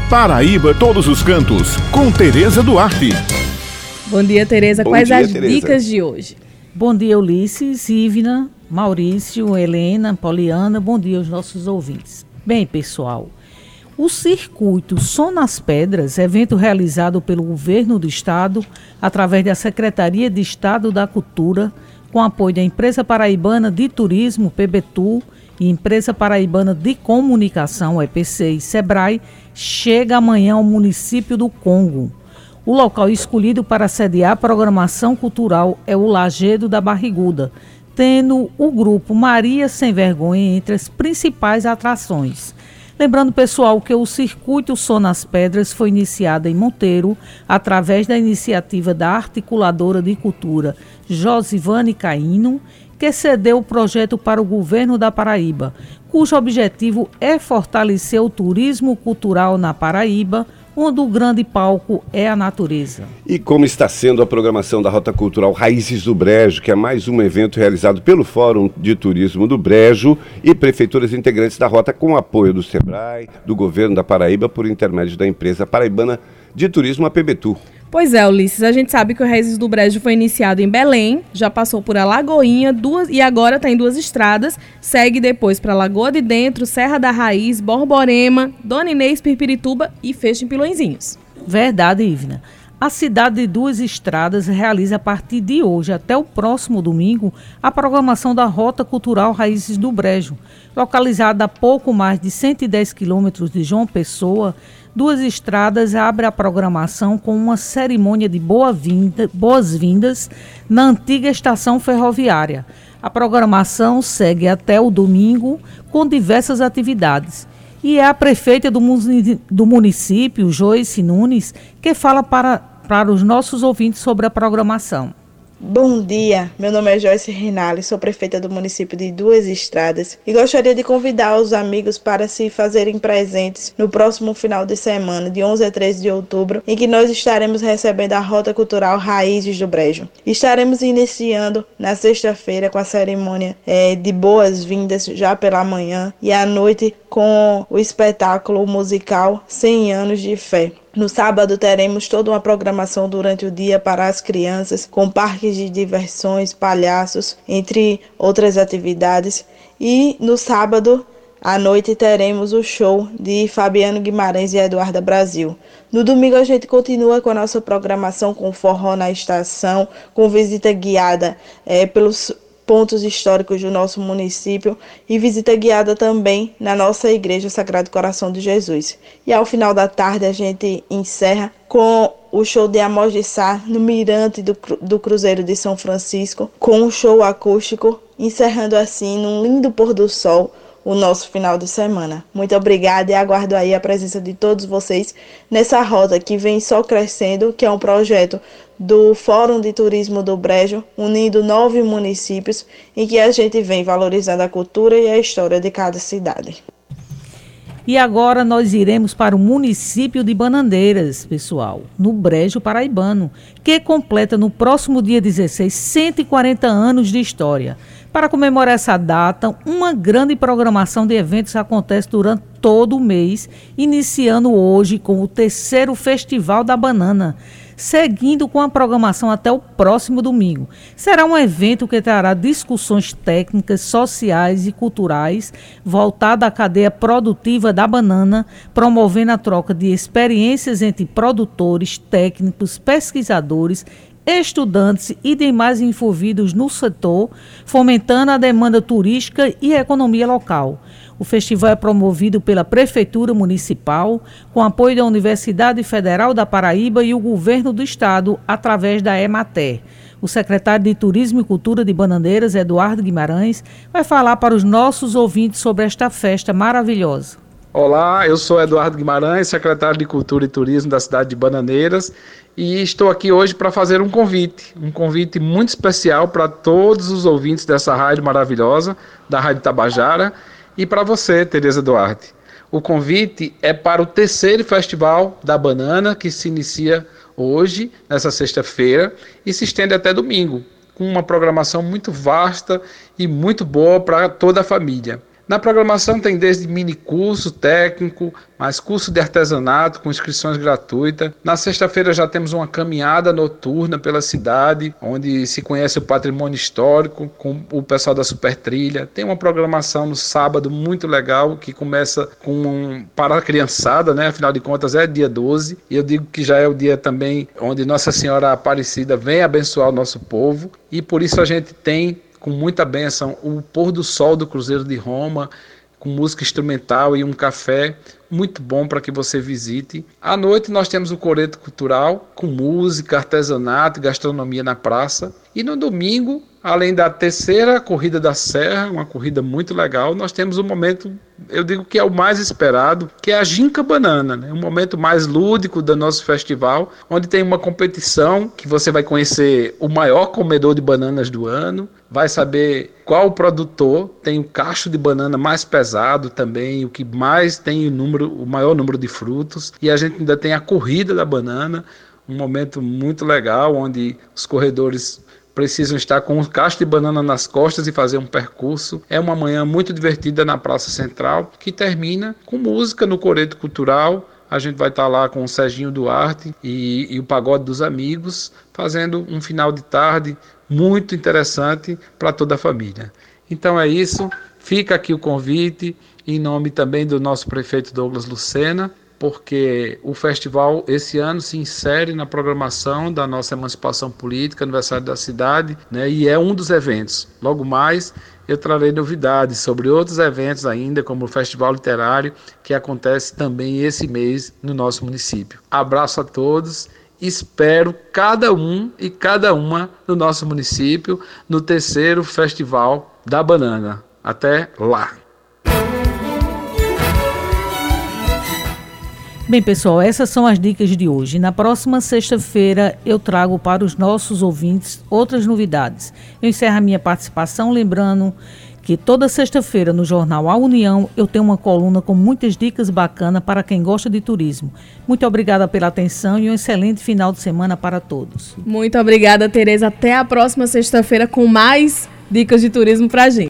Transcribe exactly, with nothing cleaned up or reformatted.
Paraíba Todos os Cantos, com Tereza Duarte. Bom dia, Tereza. Bom Quais dia, as Tereza. dicas de hoje? Bom dia, Ulisses, Ivna, Maurício, Helena, Poliana. Bom dia aos nossos ouvintes. Bem, pessoal, o Circuito Som nas Pedras, evento realizado pelo Governo do Estado, através da Secretaria de Estado da Cultura, com apoio da Empresa Paraibana de Turismo, PBTU, e Empresa Paraibana de Comunicação, E P C, e SEBRAE, chega amanhã ao município do Congo. O local escolhido para sediar a programação cultural é o Lajedo da Barriguda, tendo o grupo Maria Sem Vergonha entre as principais atrações. Lembrando, pessoal, que o Circuito Som nas Pedras foi iniciado em Monteiro através da iniciativa da articuladora de cultura Josivane Caíno, que cedeu o projeto para o governo da Paraíba, cujo objetivo é fortalecer o turismo cultural na Paraíba, onde o grande palco é a natureza. E como está sendo a programação da Rota Cultural Raízes do Brejo, que é mais um evento realizado pelo Fórum de Turismo do Brejo e prefeituras integrantes da rota, com o apoio do SEBRAE, do governo da Paraíba, por intermédio da Empresa Paraibana de Turismo, a PBTU. Pois é, Ulisses, a gente sabe que o Raízes do Brejo foi iniciado em Belém, já passou por Alagoinha duas, e agora está em duas estradas, segue depois para Lagoa de Dentro, Serra da Raiz, Borborema, Dona Inês, Pirpirituba e fecha em Pilõezinhos. Verdade, Ivna. A cidade de Duas Estradas realiza a partir de hoje até o próximo domingo a programação da Rota Cultural Raízes do Brejo. Localizada a pouco mais de cento e dez quilômetros de João Pessoa, Duas Estradas abre a programação com uma cerimônia de boa-vinda, boas-vindas na antiga estação ferroviária. A programação segue até o domingo com diversas atividades. E é a prefeita do, do município, Joyce Nunes, que fala para, para os nossos ouvintes sobre a programação. Bom dia, meu nome é Joyce Rinaldi, sou prefeita do município de Duas Estradas e gostaria de convidar os amigos para se fazerem presentes no próximo final de semana, de onze a treze de outubro, em que nós estaremos recebendo a Rota Cultural Raízes do Brejo. Estaremos iniciando na sexta-feira com a cerimônia é, de boas-vindas já pela manhã e à noite com o espetáculo musical cem anos de Fé. No sábado teremos toda uma programação durante o dia para as crianças, com parques de diversões, palhaços, entre outras atividades. E no sábado à noite teremos o show de Fabiano Guimarães e Eduarda Brasil. No domingo a gente continua com a nossa programação com forró na estação, com visita guiada é, pelos pontos históricos do nosso município e visita guiada também na nossa Igreja Sagrado Coração de Jesus. E ao final da tarde a gente encerra com o show de Amós de Sá no Mirante do, do Cruzeiro de São Francisco, com um show acústico, encerrando assim num lindo pôr do sol o nosso final de semana. Muito obrigada e aguardo aí a presença de todos vocês nessa rota que vem só crescendo, que é um projeto do Fórum de Turismo do Brejo, unindo nove municípios, em que a gente vem valorizando a cultura e a história de cada cidade. E agora nós iremos para o município de Bananeiras, pessoal, no Brejo Paraibano, que completa no próximo dia dezesseis cento e quarenta anos de história. Para comemorar essa data, uma grande programação de eventos acontece durante todo o mês, iniciando hoje com o terceiro Festival da Banana, seguindo com a programação até o próximo domingo. Será um evento que trará discussões técnicas, sociais e culturais voltadas à cadeia produtiva da banana, promovendo a troca de experiências entre produtores, técnicos, pesquisadores, estudantes e demais envolvidos no setor, fomentando a demanda turística e a economia local. O festival é promovido pela Prefeitura Municipal, com apoio da Universidade Federal da Paraíba e o Governo do Estado, através da EMATER. O secretário de Turismo e Cultura de Bananeiras, Eduardo Guimarães, vai falar para os nossos ouvintes sobre esta festa maravilhosa. Olá, eu sou Eduardo Guimarães, secretário de Cultura e Turismo da cidade de Bananeiras, e estou aqui hoje para fazer um convite, um convite muito especial para todos os ouvintes dessa rádio maravilhosa, da Rádio Tabajara, e para você, Tereza Duarte. O convite é para o terceiro Festival da Banana, que se inicia hoje, nessa sexta-feira, e se estende até domingo, com uma programação muito vasta e muito boa para toda a família. Na programação tem desde mini curso técnico, mais curso de artesanato com inscrições gratuitas. Na sexta-feira já temos uma caminhada noturna pela cidade, onde se conhece o patrimônio histórico com o pessoal da Super Trilha. Tem uma programação no sábado muito legal, que começa com um, para a criançada, né? Afinal de contas é dia doze, e eu digo que já é o dia também onde Nossa Senhora Aparecida vem abençoar o nosso povo, e por isso a gente tem com muita bênção o pôr do sol do Cruzeiro de Roma, com música instrumental e um café muito bom para que você visite. À noite nós temos o Coreto Cultural, com música, artesanato e gastronomia na praça. E no domingo, além da terceira corrida da Serra, uma corrida muito legal, nós temos um momento, eu digo que é o mais esperado, que é a Ginca Banana, né? Um momento mais lúdico do nosso festival, onde tem uma competição que você vai conhecer o maior comedor de bananas do ano, vai saber qual o produtor tem o cacho de banana mais pesado também, o que mais tem o número, o maior número de frutos, e a gente ainda tem a corrida da banana, um momento muito legal, onde os corredores precisam estar com um cacho de banana nas costas e fazer um percurso. É uma manhã muito divertida na Praça Central, que termina com música no Coreto Cultural. A gente vai estar lá com o Serginho Duarte e, e o Pagode dos Amigos, fazendo um final de tarde muito interessante para toda a família. Então é isso, fica aqui o convite, em nome também do nosso prefeito Douglas Lucena, porque o festival esse ano se insere na programação da nossa emancipação política, aniversário da cidade, né, e é um dos eventos. Logo mais eu trarei novidades sobre outros eventos ainda, como o Festival Literário, que acontece também esse mês no nosso município. Abraço a todos, espero cada um e cada uma no nosso município no terceiro Festival da Banana. Até lá! Bem, pessoal, essas são as dicas de hoje. Na próxima sexta-feira eu trago para os nossos ouvintes outras novidades. Eu encerro a minha participação lembrando que toda sexta-feira no jornal A União eu tenho uma coluna com muitas dicas bacanas para quem gosta de turismo. Muito obrigada pela atenção e um excelente final de semana para todos. Muito obrigada, Tereza. Até a próxima sexta-feira com mais dicas de turismo para a gente.